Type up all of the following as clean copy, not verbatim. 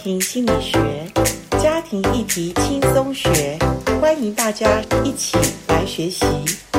庭心理学，家庭议题轻松学，欢迎大家一起来学习。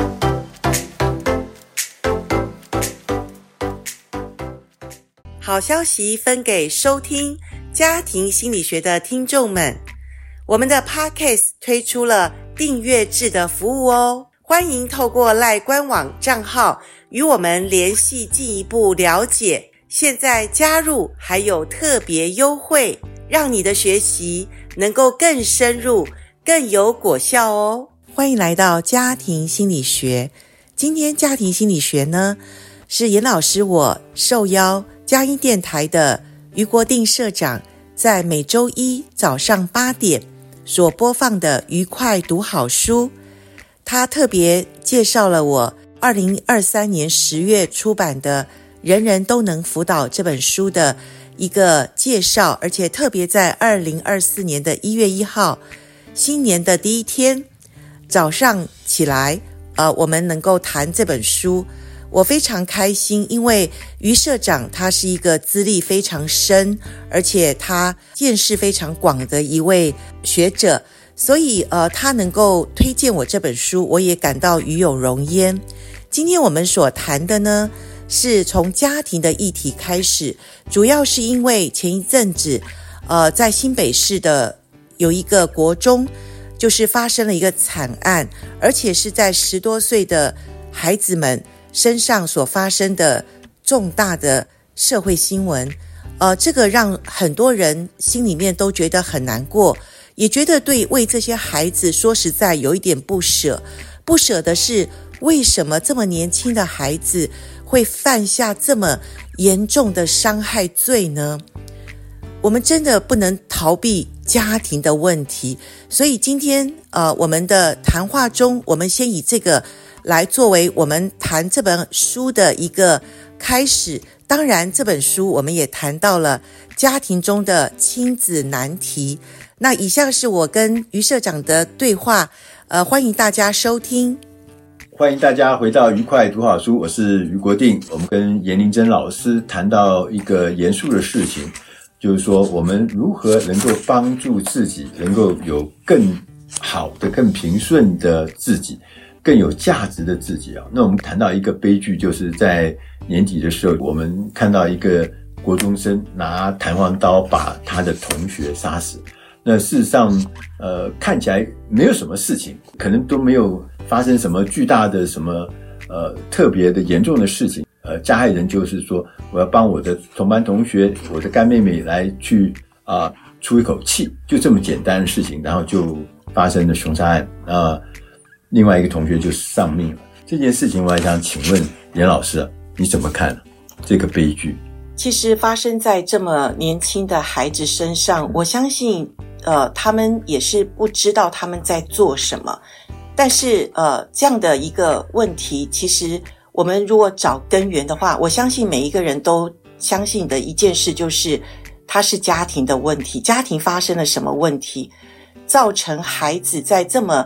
好消息分给收听家庭心理学的听众们，我们的 Podcast 推出了订阅制的服务哦，欢迎透过 LINE 官网账号与我们联系进一步了解。现在加入还有特别优惠，让你的学习能够更深入更有果效哦。欢迎来到家庭心理学。今天家庭心理学呢，是严老师我受邀佳音电台的余国定社长在每周一早上8点所播放的愉快读好书。他特别介绍了我2023年10月出版的人人都能辅导这本书的一个介绍，而且特别在2024年的1月1号新年的第一天早上起来我们能够谈这本书，我非常开心，因为余社长他是一个资历非常深，而且他见识非常广的一位学者，所以他能够推荐我这本书，我也感到与有荣焉。今天我们所谈的呢，是从家庭的议题开始，主要是因为前一阵子在新北市的有一个国中就是发生了一个惨案，而且是在10多岁的孩子们身上所发生的重大的社会新闻。这个让很多人心里面都觉得很难过，也觉得为这些孩子说实在有一点不舍。不舍的是，为什么这么年轻的孩子会犯下这么严重的伤害罪呢？我们真的不能逃避家庭的问题，所以今天我们的谈话中，我们先以这个来作为我们谈这本书的一个开始。当然这本书我们也谈到了家庭中的亲子难题。那以下是我跟余社长的对话，欢迎大家收听。 欢迎大家回到愉快读好书，我是余国定。我们跟严玲珍老师谈到一个严肃的事情，就是说我们如何能够帮助自己能够有更好的更平顺的自己，更有价值的自己。那我们谈到一个悲剧，就是在年底的时候，我们看到一个国中生拿弹簧刀把他的同学杀死。那事实上看起来没有什么事情，可能都没有发生什么巨大的什么特别的严重的事情。加害人就是说，我要帮我的同班同学，我的干妹妹来去出一口气，就这么简单的事情，然后就发生了凶杀案。另外一个同学就丧命了。这件事情我还想请问严老师你怎么看这个悲剧？ 其实发生在这么年轻的孩子身上，我相信他们也是不知道他们在做什么。但是这样的一个问题，其实我们如果找根源的话，我相信每一个人都相信的一件事，就是它是家庭的问题。家庭发生了什么问题，造成孩子在这么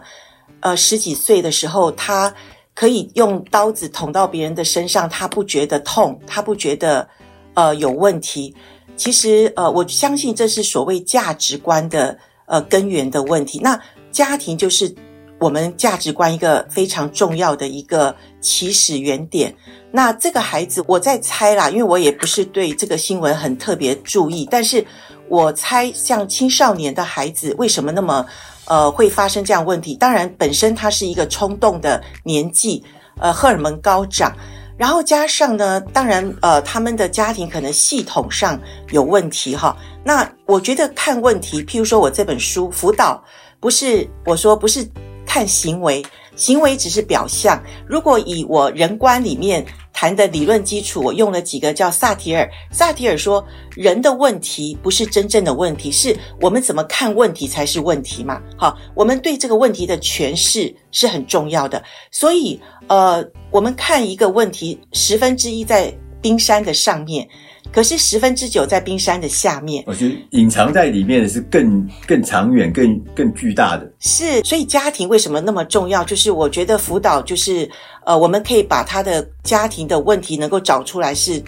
10几岁的时候，他可以用刀子捅到别人的身上，他不觉得痛，他不觉得有问题。其实我相信这是所谓价值观的根源的问题。那家庭就是我们价值观一个非常重要的一个起始原点。那这个孩子我在猜啦，因为我也不是对这个新闻很特别注意，但是我猜像青少年的孩子为什么那么会发生这样问题。当然本身他是一个冲动的年纪，荷尔蒙高涨，然后加上呢，当然他们的家庭可能系统上有问题哈。那我觉得看问题，譬如说我这本书辅导，不是看行为，行为只是表象。如果以我人观里面谈的理论基础，我用了几个叫萨提尔说，人的问题不是真正的问题，是我们怎么看问题才是问题嘛。好，我们对这个问题的诠释是很重要的。所以我们看一个问题1/10在冰山的上面，可是9%在冰山的下面。 我觉得隐藏在里面的是更长远更巨大的。 是，所以家庭为什么那么重要，就是我觉得辅导就是我们可以把他的家庭的问题能够找出来，是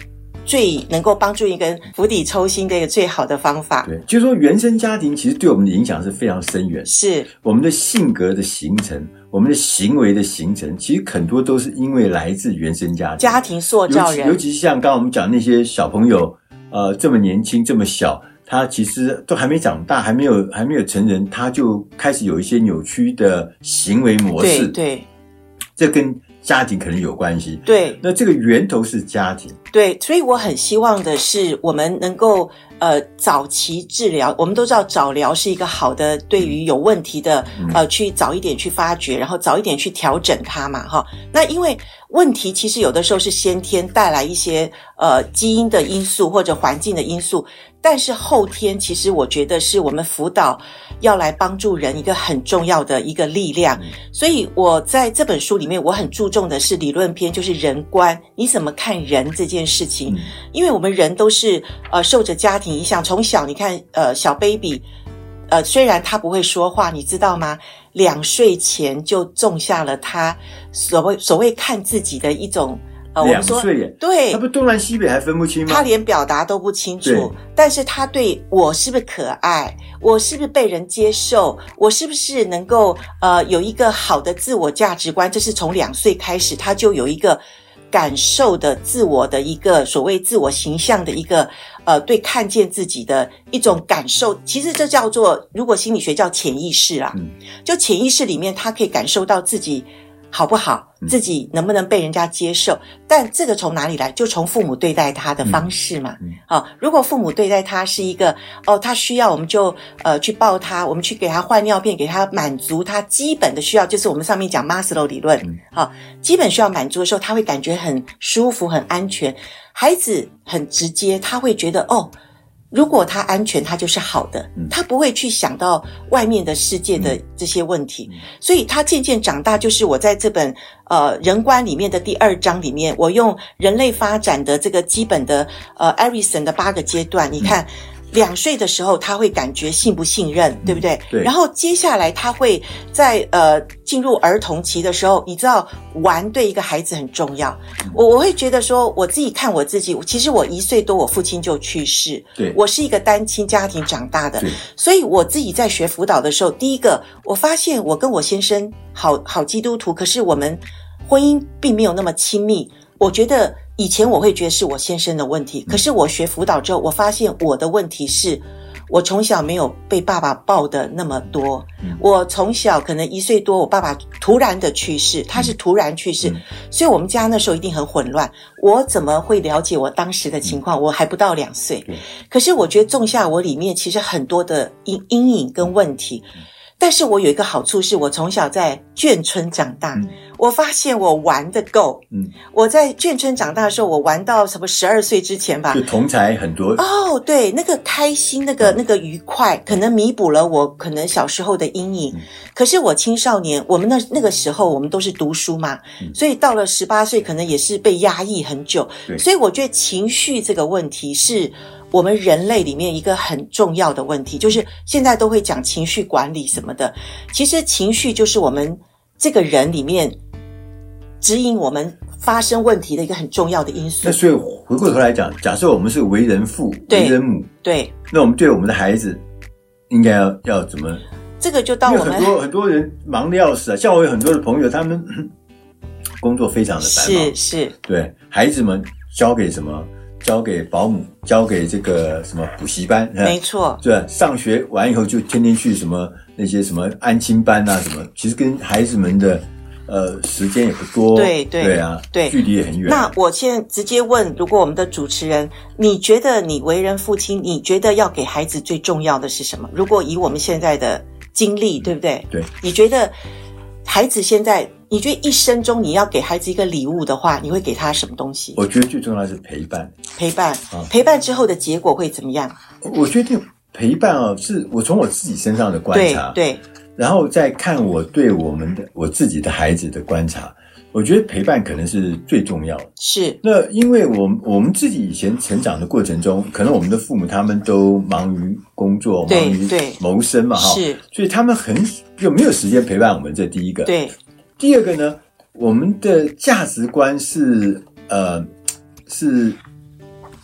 最能够帮助一个人釜底抽薪的一个最好的方法。 对，就是说原生家庭其实对我们的影响是非常深远， 是我们的性格的形成，我们的行为的形成，其实很多都是因为来自原生家庭塑造人， 尤其是像刚刚我们讲那些小朋友，这么年轻这么小，他其实都还没长大，还没有成人，他就开始有一些扭曲的行为模式。 对， 这跟家庭可能有关系。 对， 那这个源头是家庭。 对，所以我很希望的是我们能够早期治疗。我们都知道早疗是一个好的，对于有问题的去早一点去发掘，然后早一点去调整它嘛哈。那因为问题其实有的时候是先天带来一些基因的因素或者环境的因素，但是后天其实我觉得是我们辅导要来帮助人一个很重要的一个力量。所以我在这本书里面我很注重的是理论篇，就是人观，你怎么看人这件事情。因为我们人都是受着家庭影响，从小你看小 baby虽然他不会说话，你知道吗？2岁前就种下了他所谓看自己的一种 2岁耶， 对， 他不东南西北还分不清吗？ 他连表达都不清楚，但是他对我是不是可爱，我是不是被人接受，我是不是能够有一个好的自我价值观，这是从2岁开始他就有一个感受的自我的一个所谓自我形象的一个对看见自己的一种感受。其实这叫做，如果心理学叫潜意识啦，就潜意识里面他可以感受到自己好不好，自己能不能被人家接受。但这个从哪里来？就从父母对待他的方式嘛。如果父母对待他是一个他需要我们就去抱他，我们去给他换尿片，给他满足他基本的需要，就是我们上面讲 Maslow 理论。基本需要满足的时候，他会感觉很舒服很安全。孩子很直接，他会觉得如果他安全，他就是好的，他不会去想到外面的世界的这些问题。所以他渐渐长大，就是我在这本人观里面的第2章里面，我用人类发展的这个基本的Erikson 的8个阶段，你看2岁的时候他会感觉信不信任，对不对？ 对。 然后接下来他会在进入儿童期的时候，你知道玩对一个孩子很重要。我会觉得说，我自己看我自己，其实我1岁多我父亲就去世， 对， 我是一个单亲家庭长大的，所以我自己在学辅导的时候，第一个我发现我跟我先生好基督徒，可是我们婚姻并没有那么亲密。我觉得以前我会觉得是我先生的问题，可是我学辅导之后，我发现我的问题是我从小没有被爸爸抱的那么多。我从小可能1岁多，我爸爸突然的去世，他是突然去世，所以我们家那时候一定很混乱。我怎么会了解我当时的情况？我还不到2岁，可是我觉得种下我里面其实很多的阴影跟问题。但是我有一个好处是，我从小在眷村长大，我发现我玩得够。我在眷村长大的时候，我玩到什么12岁之前吧， 就同侪很多。 对，那个开心，那个愉快，可能弥补了我可能小时候的阴影。可是我青少年，我们那个时候我们都是读书嘛，所以到了18岁可能也是被压抑很久。所以我觉得情绪这个问题是我们人类里面一个很重要的问题，就是现在都会讲情绪管理什么的，其实情绪就是我们这个人里面指引我们发生问题的一个很重要的因素。 那所以回过头来讲，假设我们是为人父为人母， 对， 那我们对我们的孩子应该要怎么？ 这个就到我们很多人忙得要死啊，像我有很多的朋友，他们工作非常的繁忙，是，对，孩子们交给什么？交给保姆，交给这个什么补习班， 没错， 对，上学完以后就天天去什么那些什么安亲班啊什么，其实跟孩子们的时间也不多，对啊，距离也很远。 那我现在直接问，如果我们的主持人，你觉得你为人父亲，你觉得要给孩子最重要的是什么？如果以我们现在的经历，对不对？ 对， 你觉得孩子现在，你觉得一生中你要给孩子一个礼物的话，你会给他什么东西？ 我觉得最重要的是陪伴。 陪伴之后的结果会怎么样？ 我觉得陪伴是我从我自己身上的观察， 对， 然后再看我对我自己的孩子的观察，我觉得陪伴可能是最重要的。是，那因为我们自己以前成长的过程中，可能我们的父母他们都忙于工作，忙于谋生嘛，是，所以他们就没有时间陪伴我们，这第一个。对，第二个呢，我们的价值观是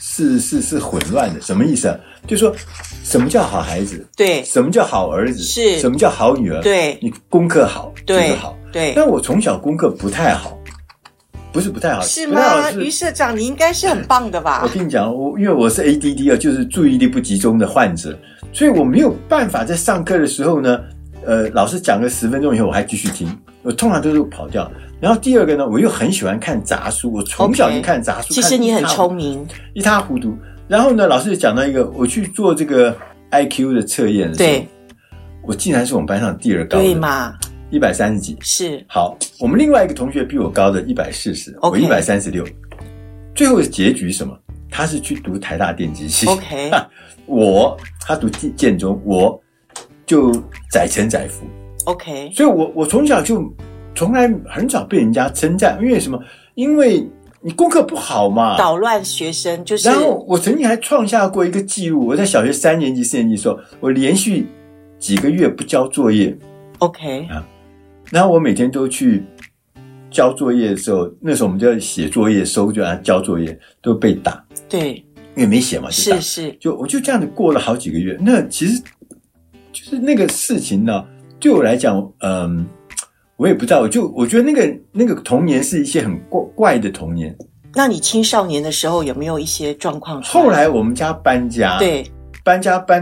是混乱的。什么意思啊？就是说什么叫好孩子？ 对， 什么叫好儿子？ 是什么叫好女儿？ 对， 你功课好对就是好。 对， 但我从小功课不太好，不是不太好， 是吗？ 不太好是于社长，你应该是很棒的吧？ 我跟你讲，因为我是 ADD 啊，就是注意力不集中的患者，所以我没有办法在上课的时候呢，老师讲个10分钟以后，我还继续听，我通常都是跑掉。然后第二个呢，我又很喜欢看杂书，我从小就看杂书。 其实你很聪明， 一塌糊涂。然后呢，老师就讲到一个，我去做这个 IQ 的测验的时候， 对， 我竟然是我们班上第2高的， 对嘛 ？130几。 是。 好，我们另外一个同学比我高的140，我136。最后的结局是什么？他是去读台大电机系。 OK， 他读建中，我就载沉载浮。 OK， 所以我从小就从来很少被人家称赞，因为什么？因为你功课不好嘛， 捣乱学生就是。 然后我曾经还创下过一个记录，我在小学3年级、4年级的时候，我连续几个月不交作业。 OK， 然后我每天都去交作业的时候，那时候我们就要写作业、收就要交作业，都被打。 对， 因为没写嘛，就打。 是， 我就这样子过了好几个月。那其实就是那个事情呢，对我来讲，我也不知道，我觉得那个童年是一些很怪的童年。 那你青少年的时候有没有一些状况？ 后来我们家搬家， 对， 搬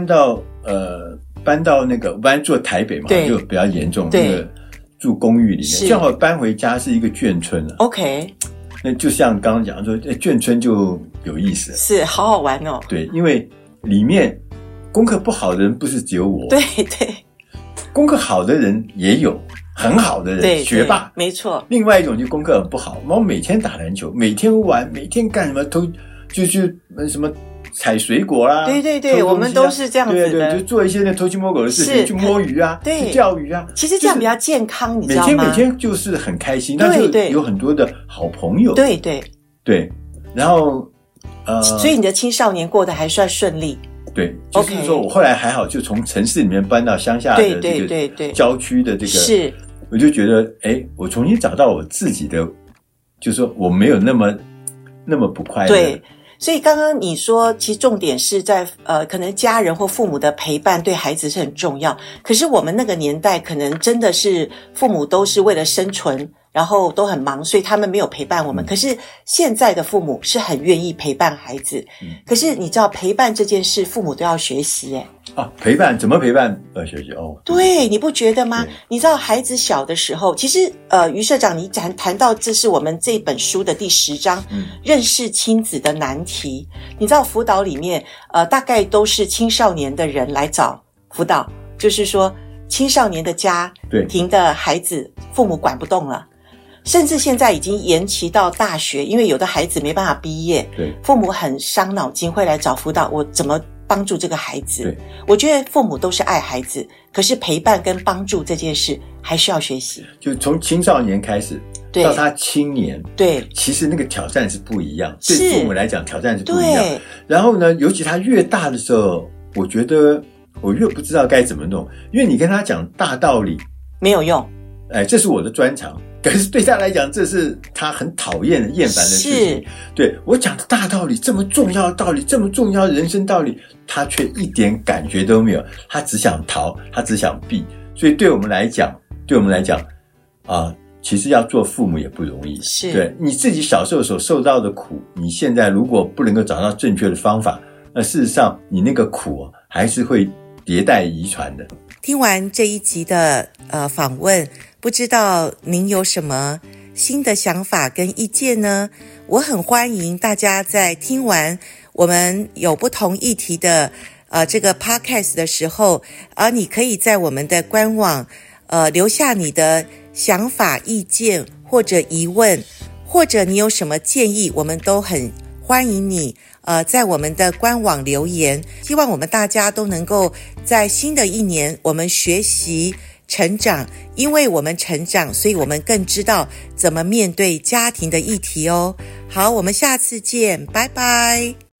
到那个搬住台北嘛，就比较严重，那个住公寓里面，正好搬回家是一个眷村了。 OK， 那就像刚刚讲说，眷村就有意思了， 是好好玩哦。 对，因为里面功课不好的人不是只有我， 对， 功课好的人也有，很好的人， 对， 学霸， 没错。 另外一种就功课很不好，我每天打篮球，每天玩，每天干什么就什么采水果啦， 对，我们都是这样子的， 对，就做一些那偷鸡摸狗的事情，去摸鱼啊，去钓鱼啊。 其实这样比较健康，你知道吗？ 每天就是很开心，那就有很多的好朋友。对，然后所以你的青少年过得还算顺利。 对，就是说我后来还好，就从城市里面搬到乡下的这个郊区的这个， 是， 我就觉得，我重新找到我自己的，就是说我没有那么不快乐。 对。所以刚刚你说其实重点是在可能家人或父母的陪伴对孩子是很重要，可是我们那个年代可能真的是父母都是为了生存，然后都很忙，所以他们没有陪伴我们。可是现在的父母是很愿意陪伴孩子，可是你知道陪伴这件事父母都要学习陪伴怎么陪伴？学习对，你不觉得吗？你知道孩子小的时候，其实于社长你谈到这是我们这本书的第10章，认识亲子的难题。你知道辅导里面大概都是青少年的人来找辅导，就是说青少年的家庭的孩子父母管不动了，甚至现在已经延期到大学，因为有的孩子没办法毕业，父母很伤脑筋，会来找辅导，我怎么帮助这个孩子。我觉得父母都是爱孩子，可是陪伴跟帮助这件事还需要学习， 就从青少年开始到他青年，其实那个挑战是不一样，对父母来讲挑战是不一样。然后呢，尤其他越大的时候，我觉得我越不知道该怎么弄，因为你跟他讲大道理没有用， 这是我的专长，可是对他来讲这是他很讨厌的厌烦的事情。对，我讲的大道理，这么重要的道理，这么重要的人生道理，他却一点感觉都没有，他只想逃，他只想避。所以对我们来讲其实要做父母也不容易。对，你自己小时候所受到的苦，你现在如果不能够找到正确的方法，那事实上你那个苦还是会迭代遗传的。 听完这一集的访问，不知道您有什么新的想法跟意见呢？我很欢迎大家在听完我们有不同议题的这个 podcast 的时候，你可以在我们的官网留下你的想法、意见或者疑问，或者你有什么建议，我们都很欢迎你在我们的官网留言。希望我们大家都能够在新的一年我们学习成长，因为我们成长，所以我们更知道怎么面对家庭的议题哦。好，我们下次见，拜拜。